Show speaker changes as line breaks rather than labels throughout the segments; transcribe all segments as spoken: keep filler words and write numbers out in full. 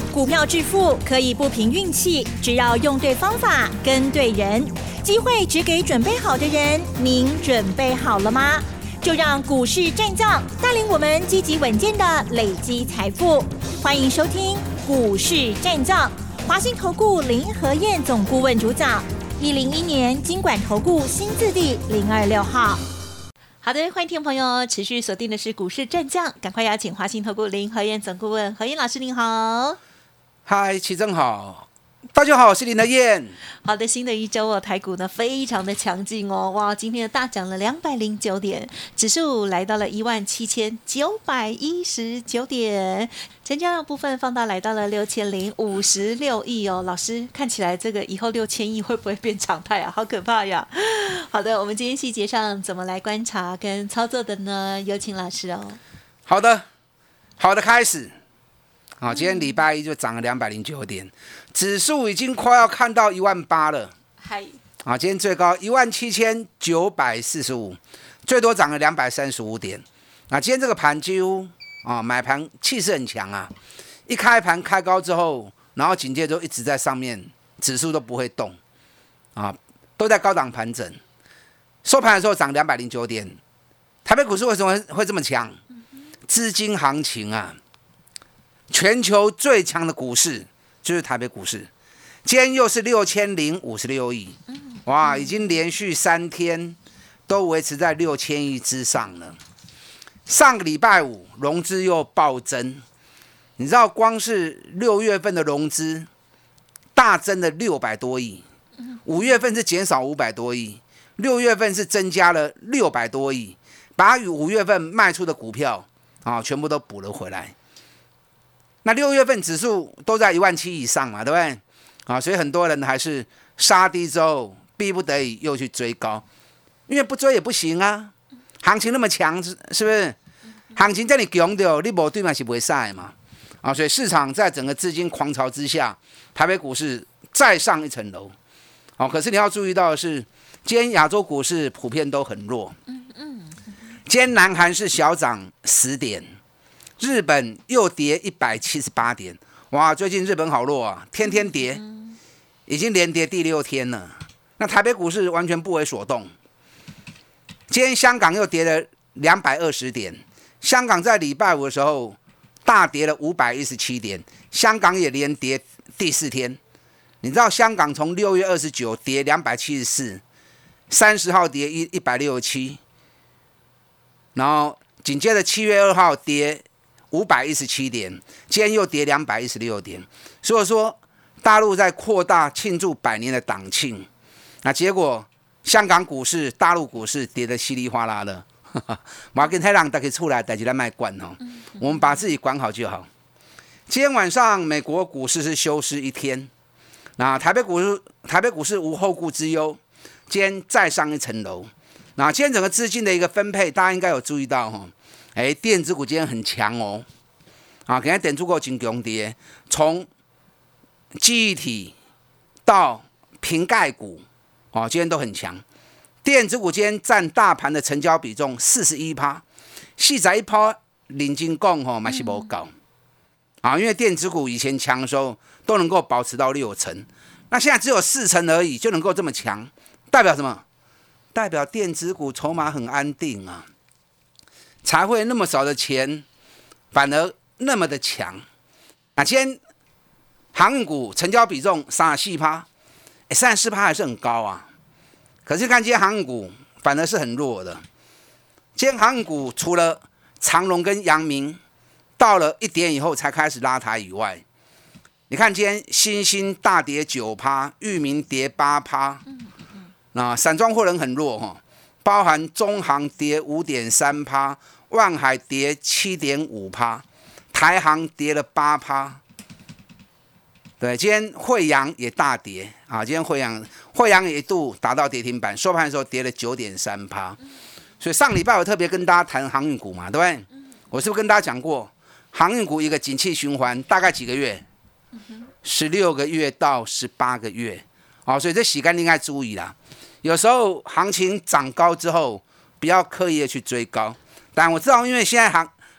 股票致富可以不凭运气，只要用对方法、跟对人，机会只给准备好的人。您准备好了吗？就让股市战将带领我们积极稳健的累积财富。欢迎收听股市战将，华信投顾林和彥总顾问主讲，一零一年金管投顾新字第零二六号。好的，欢迎听众朋友持续锁定的是股市战将，赶快邀请华信投顾林和彥总顾问和彥老师，您好。
嗨，齐正好，大家好，我是林和彥。
好的，新的一周哦，台股呢非常的强劲哦，哇，今天大涨了两百零九点，指数来到了一万七千九百一十九点，成交量部分放大来到了六千零五十六亿哦。老师，看起来这个以后六千亿会不会变常态啊？好可怕呀！好的，我们今天细节上怎么来观察跟操作的呢？有请老师哦。
好的，好的，开始。好，今天礼拜一就涨了两百零九点，指数已经快要看到一万八了。
嗨，
啊，今天最高一万七千九百四十五，最多涨了两百三十五点。啊，今天这个盘几乎啊买盘气势很强啊，一开盘开高之后，然后紧接着一直在上面，指数都不会动，啊，都在高档盘整。收盘的时候涨两百零九点，台北股市为什么会这么强？资金行情啊。全球最强的股市就是台北股市，今天又是六千零五十六亿，哇，已经连续三天都维持在六千亿之上了。上个礼拜五融资又暴增，你知道光是六月份的融资大增了六百多亿，五月份是减少五百多亿，六月份是增加了六百多亿，把五月份卖出的股票啊全部都补了回来。那六月份指数都在一万七以上嘛，对不对？啊，所以很多人还是杀低之后，逼不得已又去追高，因为不追也不行啊。行情那么强，是不是？行情这么强的，你没对嘛是不会晒嘛。啊，所以市场在整个资金狂潮之下，台北股市再上一层楼。哦，可是你要注意到的是，今天亚洲股市普遍都很弱。嗯嗯。今天南韩是小涨十点。日本又跌一百七十八点，哇！最近日本好弱啊，天天跌，已经连跌第六天了。那台北股市完全不为所动。今天香港又跌了两百二十点，香港在礼拜五的时候大跌了五百一十七点，香港也连跌第四天。你知道香港从六月二十九跌两百七十四，三十号跌一一百六十七，然后紧接着七月二号跌五百一十七点，今天又跌两百一十六点，所以说大陆在扩大庆祝百年的党庆，那结果香港股市、大陆股市跌得稀里哗啦的，我跟太郎大家出来，大家来卖管哦，我们把自己管好就好。今天晚上美国股市是休市一天，那台北股市台北股市无后顾之忧，今天再上一层楼。那今天整个资金的一个分配，大家应该有注意到哈。哎，电子股今天很强哦，啊，今天电子股真强跌，从记忆体到瓶盖股，哦，今天都很强。电子股今天占大盘的成交比重四十一趴，四十一趴，认真讲吼，嘛是无够啊，因为电子股以前强的时候都能够保持到六成，那现在只有四成而已，就能够这么强，代表什么？代表电子股筹码很安定啊。才会那么少的钱，反而那么的强。那今天航运股成交比重三十四趴，三十四趴还是很高啊。可是看今天航运股反而是很弱的。今天航运股除了长荣跟阳明到了一点以后才开始拉抬以外，你看今天新兴大跌九趴，裕民跌八趴，那散装货人很弱哈，包含中航跌五点三趴。万海跌 七点五趴， 台航跌了 八趴。 对，今天惠阳也大跌啊！今天惠阳惠阳也一度达到跌停板，收盘的时候跌了 九点三趴。所以上礼拜我特别跟大家谈航运股嘛，对不对？我是不是跟大家讲过，航运股一个景气循环大概几个月？十六个月到十八个月。哦，所以这洗干净应该注意啦。有时候行情涨高之后，不要刻意的去追高。但我知道，因为现在行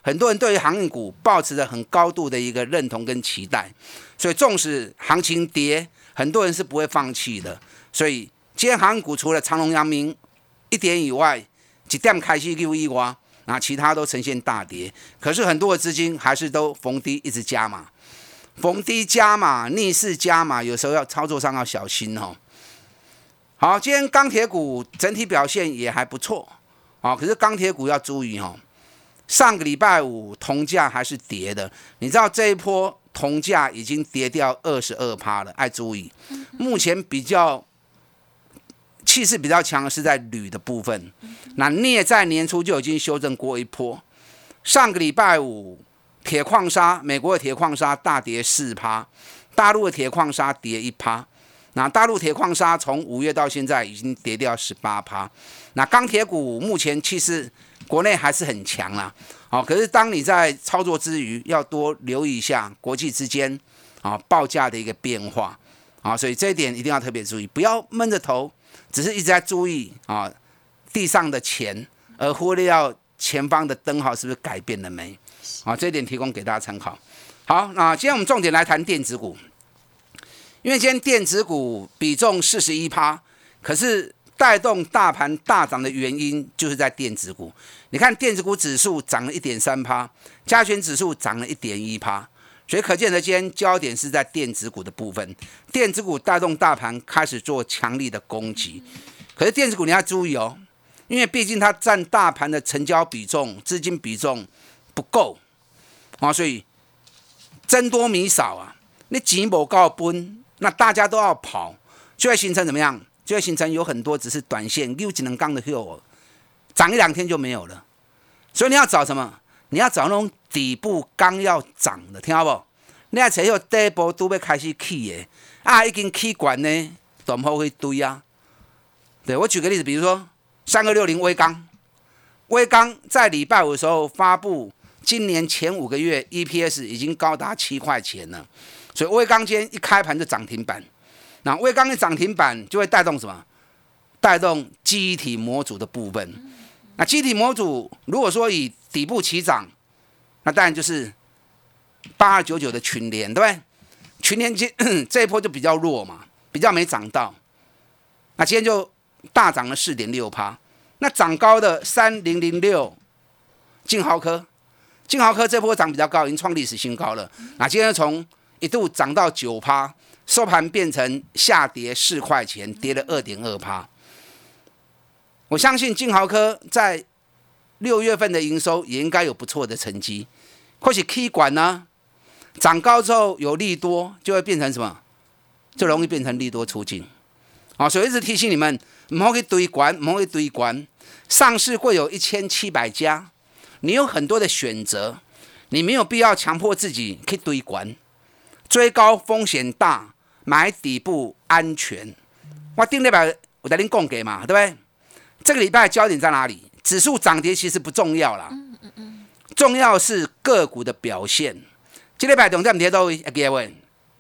很多人对于航运股抱持着很高度的一个认同跟期待，所以纵使行情跌，很多人是不会放弃的。所以今天航运股除了长荣、阳明一点以外，一点开始六以外，啊，其他都呈现大跌。可是很多的资金还是都逢低一直加码，逢低加码、逆势加码，有时候要操作上要小心哦。好，今天钢铁股整体表现也还不错，啊，可是钢铁股要注意哦。上个礼拜五铜价还是跌的，你知道这一波铜价已经跌掉 百分之二十二 了，爱注意。目前比较气势比较强的是在铝的部分，那镍在年初就已经修正过一波。上个礼拜五铁矿砂，美国的铁矿砂大跌 百分之四， 大陆的铁矿砂跌 百分之一。那大陆铁矿砂从五月到现在已经跌掉 百分之十八。那钢铁股目前其实国内还是很强啦，好，可是当你在操作之余，要多留意一下国际之间啊报价的一个变化啊，所以这一点一定要特别注意，不要闷着头，只是一直在注意啊地上的钱，而忽略掉前方的灯号是不是改变了没？啊，这一点提供给大家参考。好，那今天我们重点来谈电子股。因为今天电子股比重 百分之四十一， 可是带动大盘大涨的原因就是在电子股。你看电子股指数涨了 百分之一点三， 加权指数涨了 百分之一点一， 所以可见的今天焦点是在电子股的部分。电子股带动大盘开始做强力的攻击，可是电子股你要注意哦，因为毕竟它占大盘的成交比重、资金比重不够啊，所以增多米少啊，你钱不够分。那大家都要跑，就会形成怎么样？就会形成有很多只是短线六几能刚的 Q， 涨一两天就没有了。所以你要找什么？你要找那种底部刚要涨的，听到不？你要找有底部都要开始起的，啊，已经起管呢，短后会堆啊。对，我举个例子，比如说三二六零威刚，威刚在礼拜五的时候发布，今年前五个月 E P S 已经高达七块钱了。所以威刚今天一开盘就涨停板，那威刚一涨停板就会带动什么？带动记忆体模组的部分。那记忆体模组如果说以底部起涨，那当然就是八二九九的群联，对不对？群联这一波就比较弱嘛，比较没涨到。那今天就大涨了 百分之四点六。那涨高的三零零六晋豪科，晋豪科这波涨比较高，已经创历史新高了。那今天从一度涨到 百分之九， 收盘变成下跌四块钱，跌了 百分之二点二。 我相信晋豪科在六月份的营收也应该有不错的成绩，或许 K 管呢涨高之后有利多，就会变成什么？就容易变成利多出尽。好，所以一直提醒你们，不要去堆管，不要去堆管。上市会有一千七百家，你有很多的选择，你没有必要强迫自己去堆管。追高风险大，买底部安全。我顶礼拜我在您讲给嘛，对不对？这个礼拜焦点在哪里？指数涨跌其实不重要啦，重要是个股的表现。这礼拜重点跌到各位，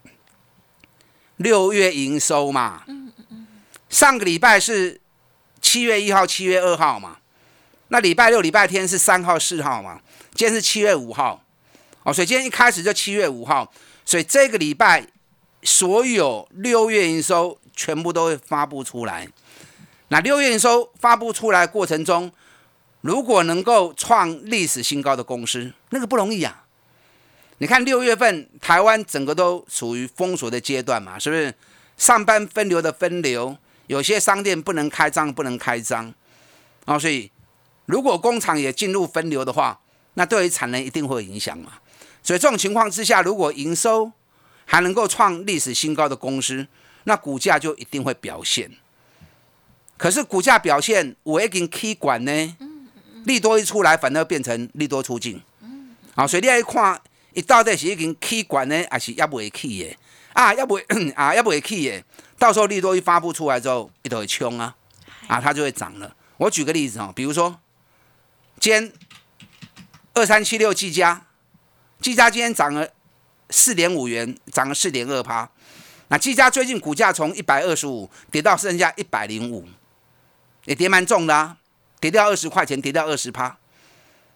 六月营收嘛，上个礼拜是七月一号、七月二号嘛，那礼拜六、礼拜天是三号、四号嘛，今天是七月五号，哦，所以今天一开始就七月五号。所以这个礼拜所有六月营收全部都会发布出来。那六月营收发布出来的过程中，如果能够创历史新高的公司，那个不容易啊。你看六月份台湾整个都属于封锁的阶段嘛，是不是？上班分流的分流，有些商店不能开张，不能开张啊。所以如果工厂也进入分流的话，那对于产能一定会有影响嘛。所以这种情况之下，如果营收还能够创历史新高的公司，那股价就一定会表现。可是股价表现我已经 K 管呢，利多一出来，反而变成利多出尽。啊，所以你要看，它到底是已经 K 管呢，还是也未起的？啊，也未啊，也未起的。到时候利多一发布出来之后，它就会冲啊，啊，它就会涨了。我举个例子哦，比如说，今天二三七六技嘉。技嘉今天涨了 四点五元，涨了 百分之四点二。 那技嘉最近股价从一百二十五跌到剩下一百零五，也跌蛮重的啊，跌掉二十块钱，跌掉 百分之二十。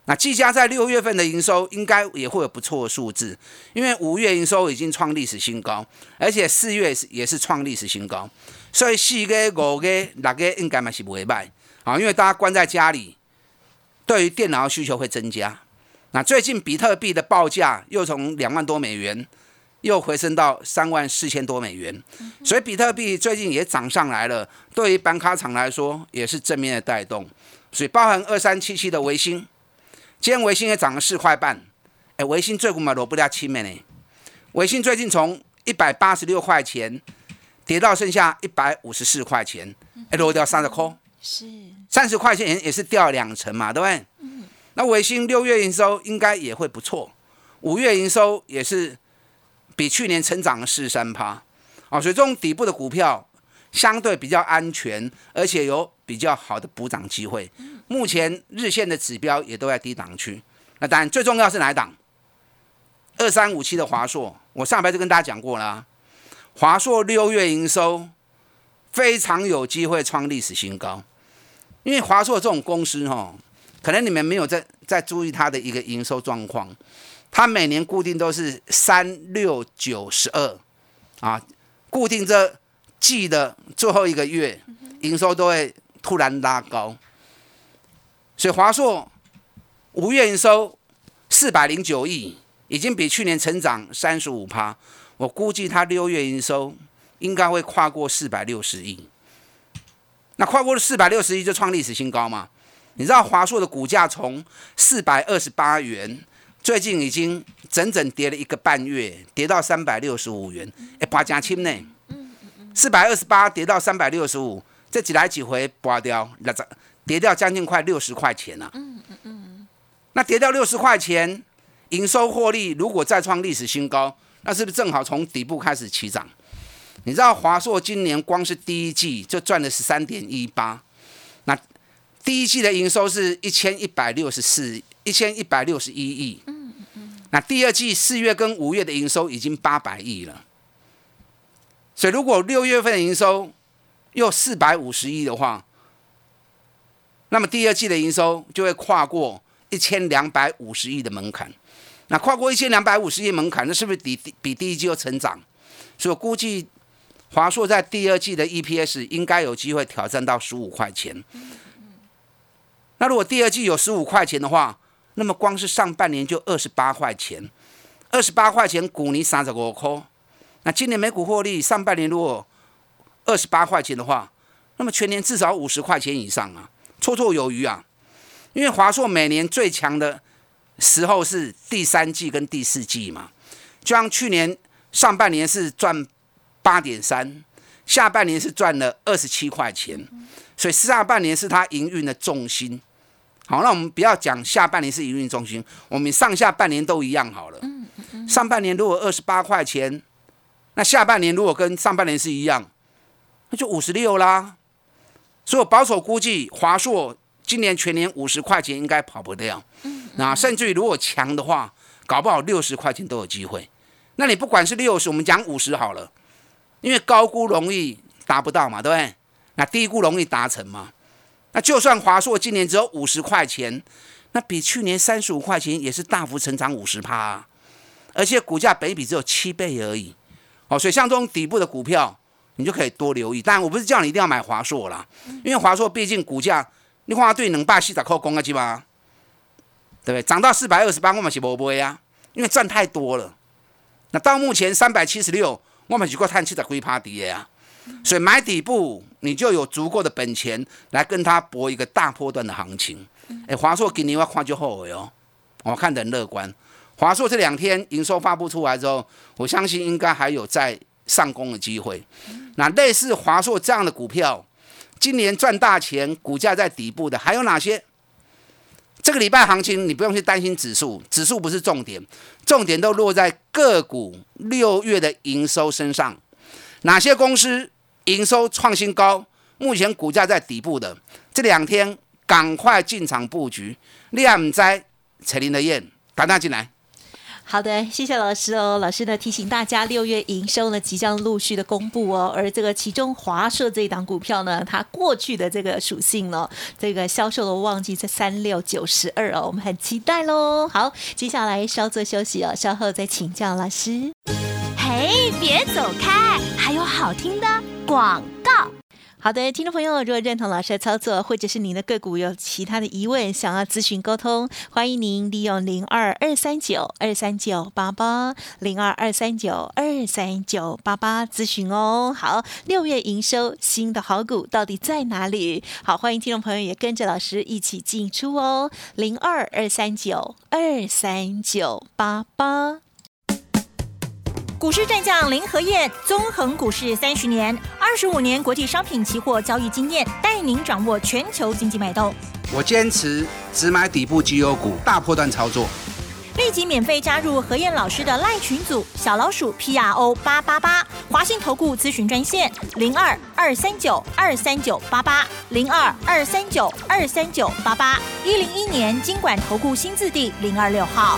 那技嘉在六月份的营收应该也会有不错的数字，因为五月营收已经创历史新高，而且四月也是创历史新高，所以四月、五月、六月应该嘛是不会坏啊，因为大家关在家里，对于电脑的需求会增加。那最近比特币的报价又从两万多美元又回升到三万四千多美元，所以比特币最近也涨上来了，对于板卡厂来说也是正面的带动，所以包含二三七七的微星。今天微星也涨了四块半，哎，微星最股嘛落不了七美呢。微星最近从一百八十六块钱跌到剩下一百五十四块钱，哎，落掉三十块，
是
三十块钱也是掉两成嘛，对不对？嗯、那微星六月营收应该也会不错，五月营收也是比去年成长了四十三趴，啊，所以这种底部的股票相对比较安全，而且有比较好的补涨机会。目前日线的指标也都在低档区。那当然最重要是哪一档？二三五七的华硕，我上礼拜就跟大家讲过了、啊，华硕六月营收非常有机会创历史新高。因为华硕这种公司哈，可能你们没有在在注意它的一个营收状况，它每年固定都是三六九十二啊，固定这季的最后一个月营收都会突然拉高。所以华硕五月营收四百零九亿，已经比去年成长三十五趴。我估计它六月营收应该会跨过四百六十亿。那跨过了四百六十亿就创历史新高嘛？你知道华硕的股价从四百二十八元，最近已经整整跌了一个半月，跌到三百六十五元，哎，拔加轻呢。四百二十八跌到三百六十五，这几来几回拔掉，跌掉将近快六十块钱了、啊。嗯嗯嗯。那跌掉六十块钱，营收获利如果再创历史新高，那是不是正好从底部开始起涨？你知道华硕今年光是第一季就赚了十三点一八，那第一季的营收是一千一百六十四一千一百六十一亿。嗯嗯。那第二季四月跟五月的营收已经八百亿了。所以如果六月份的营收又四百五十亿的话，那么第二季的营收就会跨过一千两百五十亿的门槛。那跨过一千两百五十亿门槛，那是不是比比第一季又成长？所以我估计华硕在第二季的 E P S 应该有机会挑战到十五块钱。那如果第二季有十五块钱的话，那么光是上半年就二十八块钱，二十八块钱股尼三十五块。那今年每股获利上半年如果二十八块钱的话，那么全年至少五十块钱以上啊，绰绰有余啊。因为华硕每年最强的时候是第三季跟第四季嘛，就像去年上半年是赚八点三，下半年是赚了二十七块钱，所以下半年是它营运的重心。好，那我们不要讲下半年是营运重心，我们上下半年都一样好了。上半年如果二十八块钱，那下半年如果跟上半年是一样，那就五十六啦。所以我保守估计华硕今年全年五十块钱应该跑不掉。那甚至于如果强的话，搞不好六十块钱都有机会。那你不管是六十，我们讲五十好了，因为高估容易达不到嘛，对不对？那低估容易达成嘛。那就算华硕今年只有五十块钱，那比去年三十五块钱也是大幅成长五十趴啊，而且股价本益比只有七倍而已。哦，所以像这种底部的股票，你就可以多留意。当然，我不是叫你一定要买华硕啦，因为华硕毕竟股价，你看它对两百四十块讲啊，基本上，对不对？涨到四百二十八，我们是不买啊，因为赚太多了。那到目前三百七十六，我们是够探七十几趴的啊，所以买底部你就有足够的本钱来跟它搏一个大波段的行情。哎，华硕今年我看就好了哦，我看得很乐观。华硕这两天营收发布出来之后，我相信应该还有再上攻的机会。那类似华硕这样的股票，今年赚大钱，股价在底部的还有哪些？这个礼拜行情你不用去担心指数，指数不是重点，重点都落在个股六月的营收身上。哪些公司营收创新高，目前股价在底部的，这两天赶快进场布局。你也不知找林德燕，赶快进来。
好的，谢谢老师哦。老师呢提醒大家，六月营收呢即将陆续的公布哦。而这个其中华硕这一档股票呢，它过去的这个属性呢，这个销售的旺季在三六九十二哦，我们很期待喽。好，接下来稍作休息哦，稍后再请教老师。
嘿，别走开，还有好听的广告。
好的，听众朋友，如果认同老师的操作，或者是您的个股有其他的疑问，想要咨询沟通，欢迎您利用零二二三九二三九八八零二二三九二三九八八咨询哦。好，六月营收新的好股到底在哪里？好，欢迎听众朋友也跟着老师一起进出哦，零二二三九二三九八八。股市战将林和彥，纵横股市三十年，二十五年国际商品期货交易经验，带您掌握全球经济脉动。
我坚持只买底部绩优股，大波段操作。
立即免费加入和彥老师的赖群组，小老鼠 P R O 八八八，华信投顾咨询专线零二二三九二三九八八零二二三九二三九八八，一零一年金管投顾新字第零二六号。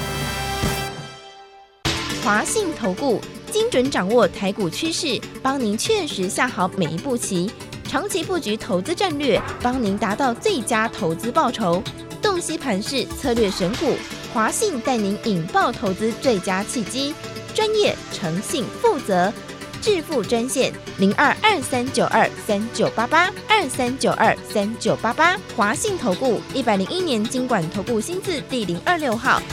华信投顾精准掌握台股趋势，帮您确实下好每一步棋，长期布局投资战略，帮您达到最佳投资报酬。洞悉盘势，策略选股，华信带您引爆投资最佳契机，专业、诚信、负责。致富专线零二二三九二三九八八二三九二三九八八，华信投顾一百零一年金管投顾新字第零二六号。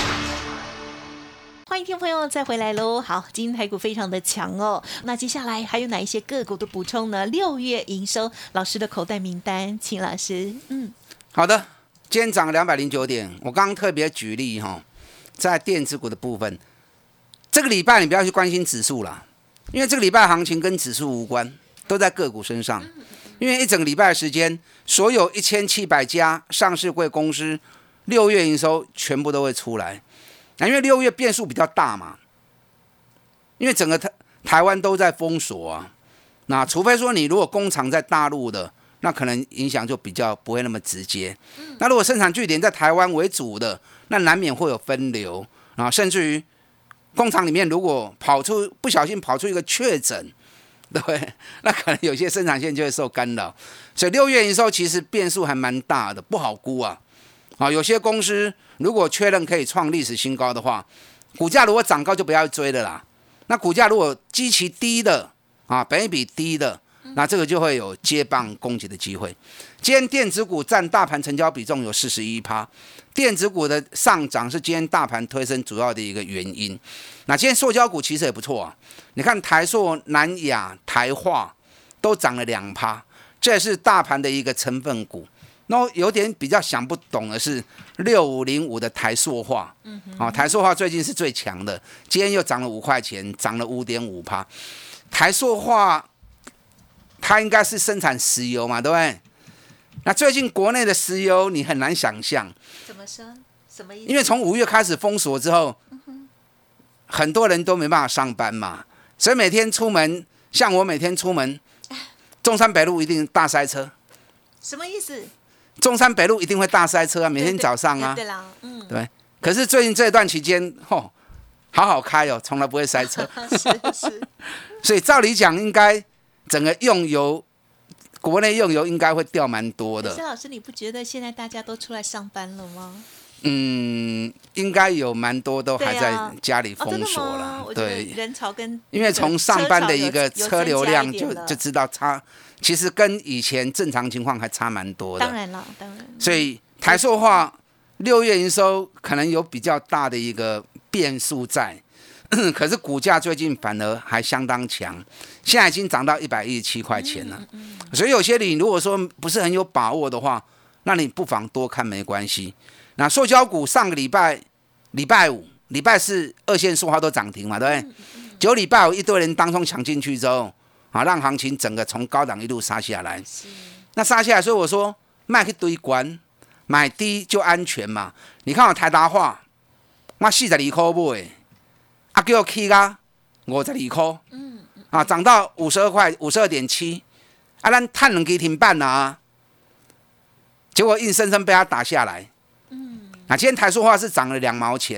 欢迎听众朋友再回来喽！好，今天台股非常的强哦。那接下来还有哪一些个股的补充呢？六月营收老师的口袋名单，请老师。嗯，
好的，今天涨两百零九点。我刚刚特别举例哈，在电子股的部分，这个礼拜你不要去关心指数啦，因为这个礼拜行情跟指数无关，都在个股身上。因为一整个礼拜的时间，所有一千七百家上市柜公司六月营收全部都会出来。因为六月变数比较大嘛，因为整个台台湾都在封锁啊，那除非说你如果工厂在大陆的，那可能影响就比较不会那么直接。那如果生产据点在台湾为主的，那难免会有分流啊，甚至于工厂里面如果跑出不小心跑出一个确诊，对不对？那可能有些生产线就会受干扰。所以六月营收其实变数还蛮大的，不好估啊。啊，有些公司如果确认可以创历史新高的话，股价如果涨高就不要追了啦。那股价如果基期低的啊，本益比低的，那这个就会有接棒攻击的机会。今天电子股占大盘成交比重有 百分之四十一， 电子股的上涨是今天大盘推升主要的一个原因。那今天塑胶股其实也不错啊，你看台塑、南亚、台化都涨了 百分之二， 这也是大盘的一个成分股。那有点比较想不懂的是六五零五的台塑化，嗯哦、台塑化最近是最强的，今天又涨了五块钱，涨了 百分之五点五。 台塑化它应该是生产石油嘛，对不对？那最近国内的石油你很难想象，
怎么说？什么意思？
因为从五月开始封锁之后，嗯、很多人都没办法上班嘛，所以每天出门，像我每天出门，中山北路一定大塞车。
什么意思？
中山北路一定会大塞车啊，每天早上啊，
对啦，嗯，
对。可是最近这段期间，吼，好好开哦，从来不会塞车。
是是。
所以照理讲，应该整个用油，国内用油应该会掉蛮多的。
可是老师，你不觉得现在大家都出来上班了吗？
嗯，应该有蛮多都还在家里封锁了。
啊哦、对，人潮跟
因为从上班的一个车流量就就知道差。其实跟以前正常情况还差蛮多的，
当然了，当然。
所以台塑化六月营收可能有比较大的一个变数在，可是股价最近反而还相当强，现在已经涨到一百一十七块钱了。嗯嗯、所以有些你如果说不是很有把握的话，那你不妨多看没关系。那塑胶股上个礼拜礼拜五、礼拜四二线塑化都涨停嘛，对不对？结果礼拜五一堆人当中抢进去之后。啊，让行情整个从高档一路杀下来，那杀下来，所以我说卖去堆关，买低就安全嘛。你看我台达化，我四十二块买，啊叫我起啊五十二块，嗯，啊涨到五十二块，五十二点七，啊咱探两支停板啊，结果硬生生被他打下来，嗯，啊今天台塑化是涨了两毛钱，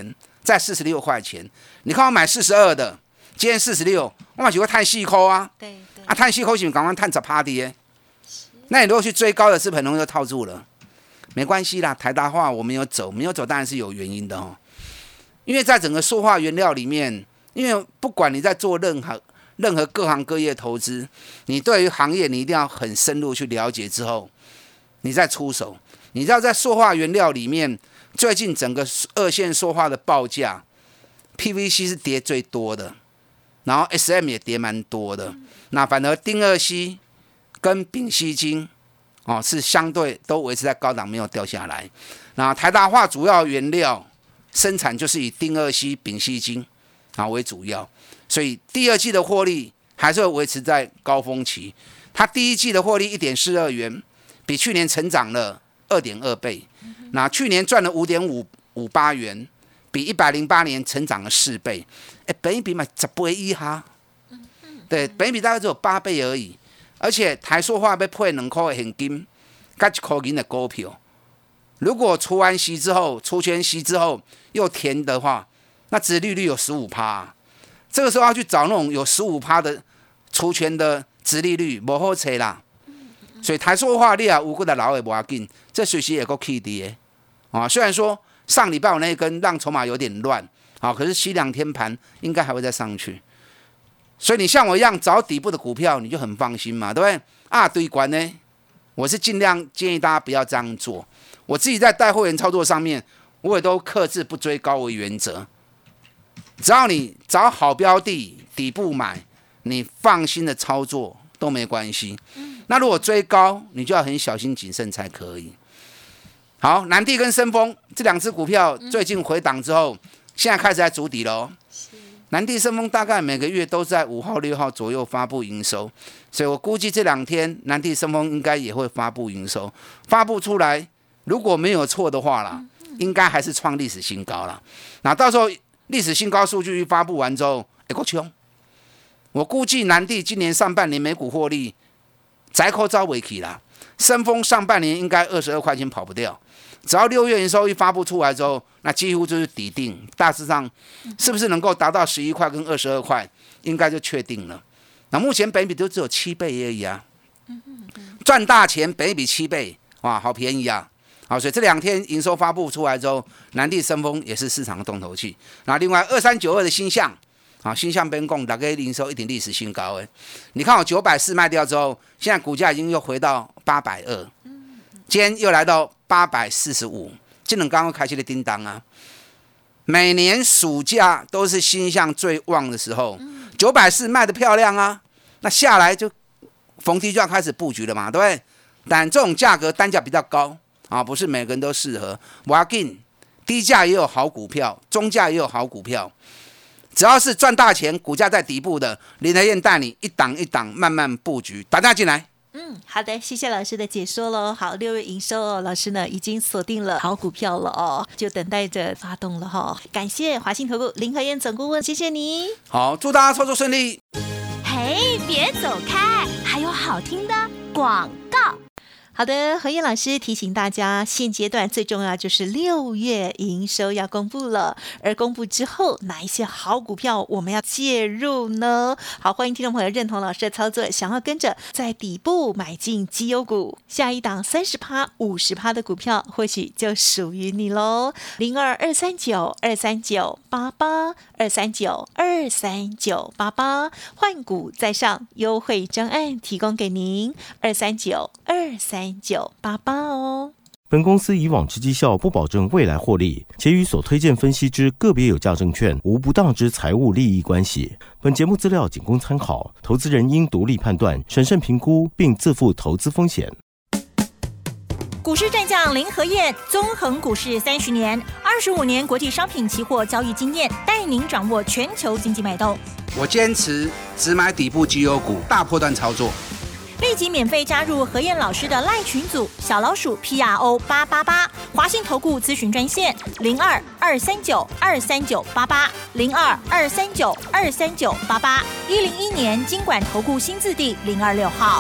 在四十六块钱。你看我买四十二的，今天四十六，我买几个碳细抠啊，
对对
啊，碳细抠是赶快碳十趴的，那你如果去追高的，是不是很容易就套住了？没关系啦，台达化我没有走，没有走当然是有原因的哦。因为在整个塑化原料里面，因为不管你在做任何任何各行各业投资，你对于行业你一定要很深入去了解之后，你再出手。你知道在塑化原料里面，最近整个二线塑化的报价 ，P V C 是跌最多的，然后 S M 也跌蛮多的。那反而丁二烯跟丙烯腈哦是相对都维持在高档，没有掉下来。那台达化主要原料生产就是以丁二烯、丙烯腈啊为主要，所以第二季的获利还是会维持在高峰期。它第一季的获利 一点四二元，比去年成长了 二点二倍。那去年赚了 五点五八元，比一百零八年成长了四倍。哎，本益比嘛十倍以下，对，本益比大概只有八倍而已。而且台塑化要配两块的现金，加一块银的股票。如果除完息之后，除权息之后又填的话，那殖利率有 百分之十五、啊、这个时候要去找那种有 百分之十五 的除权的殖利率，不好找啦。所以台塑化你啊，有几个老的不要紧，这随时也够起跌啊。虽然说上礼拜我那一根让筹码有点乱啊，可是洗两天盘应该还会再上去。所以你像我一样找底部的股票，你就很放心嘛，对不对？啊，对关呢，我是尽量建议大家不要这样做。我自己在带会员操作上面，我也都克制不追高为原则。只要你找好标的，底部买，你放心的操作都没关系。那如果追高，你就要很小心谨慎才可以。好，南地跟深丰这两只股票最近回档之后，现在开始在筑底了。南地、深丰大概每个月都在五号、六号左右发布营收，所以我估计这两天南地、深丰应该也会发布营收。发布出来，如果没有错的话啦，应该还是创历史新高啦。那到时候历史新高数据发布完之后，会够冲。我估计南地今年上半年每股获利再扣招尾期啦，深丰上半年应该二十二块钱跑不掉。只要六月营收一发布出来之后，那几乎就是底定，大致上是不是能够达到十一块跟二十二块，应该就确定了。那目前本益比都只有七倍而已啊，赚大钱本益比七倍，哇，好便宜啊！好，所以这两天营收发布出来之后，南地、深丰也是市场的动头器。那另外二三九二的新象，啊，新象边供大概营收一点历史新高哎，你看我九百四卖掉之后，现在股价已经又回到八百二，今天又来到八百四十五，这两刚刚开启的叮当啊！每年暑假都是新象最旺的时候，九百四卖得漂亮啊，那下来就逢低就要开始布局了嘛，对不对？但这种价格单价比较高啊，不是每个人都适合。不要紧，低价也有好股票，中价也有好股票，只要是赚大钱，股价在底部的，林和燕带你一档一档慢慢布局，打电话进来。
嗯，好的，谢谢老师的解说喽。好，六月营收哦，老师呢已经锁定了好股票了哦，就等待着发动了哈、哦。感谢华信投顾林和燕总顾问，谢谢你。
好，祝大家操作顺利。
嘿，别走开，还有好听的广告。
好的，和燕老师提醒大家，现阶段最重要就是六月营收要公布了，而公布之后，哪一些好股票我们要介入呢？好，欢迎听众朋友认同老师的操作，想要跟着在底部买进绩优股，下一档三十趴、五十趴的股票，或许就属于你喽。零二二三九二三九八八二三九二三九八八，换股在上，优惠专案提供给您，二三九二三。九八八哦。
本公司以往之绩效不保证未来获利，且与所推荐分析之个别有价证券无不当之财务利益关系。本节目资料仅供参考，投资人应独立判断、审慎评估，并自负投资风险。
股市战将林和燕，纵横股市三十年，二十五年国际商品期货交易经验，带您掌握全球经济脉动。
我坚持只买底部绩优股，大波段操作。
立即免费加入和燕老师的赖群组，小老鼠 P R O 八八八，华信投顾咨询专线零二二三九二三九八八零二二三九二三九八八，一零一年金管投顾新字第零二六号。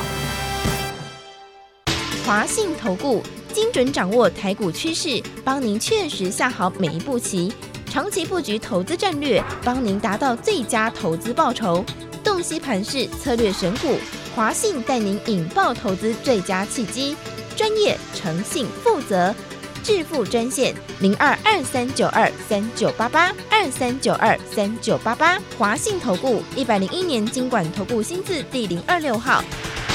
华信投顾精准掌握台股趋势，帮您确实下好每一步棋。 长期布局投资战略，帮您达到最佳投资报酬。洞悉盘势，策略选股，华信带您引爆投资最佳契机，专业、诚信、负责。致富专线零二二三九二三九八八二三九二三九八八，华信投顾一百零一年金管投顾新字第零二六号。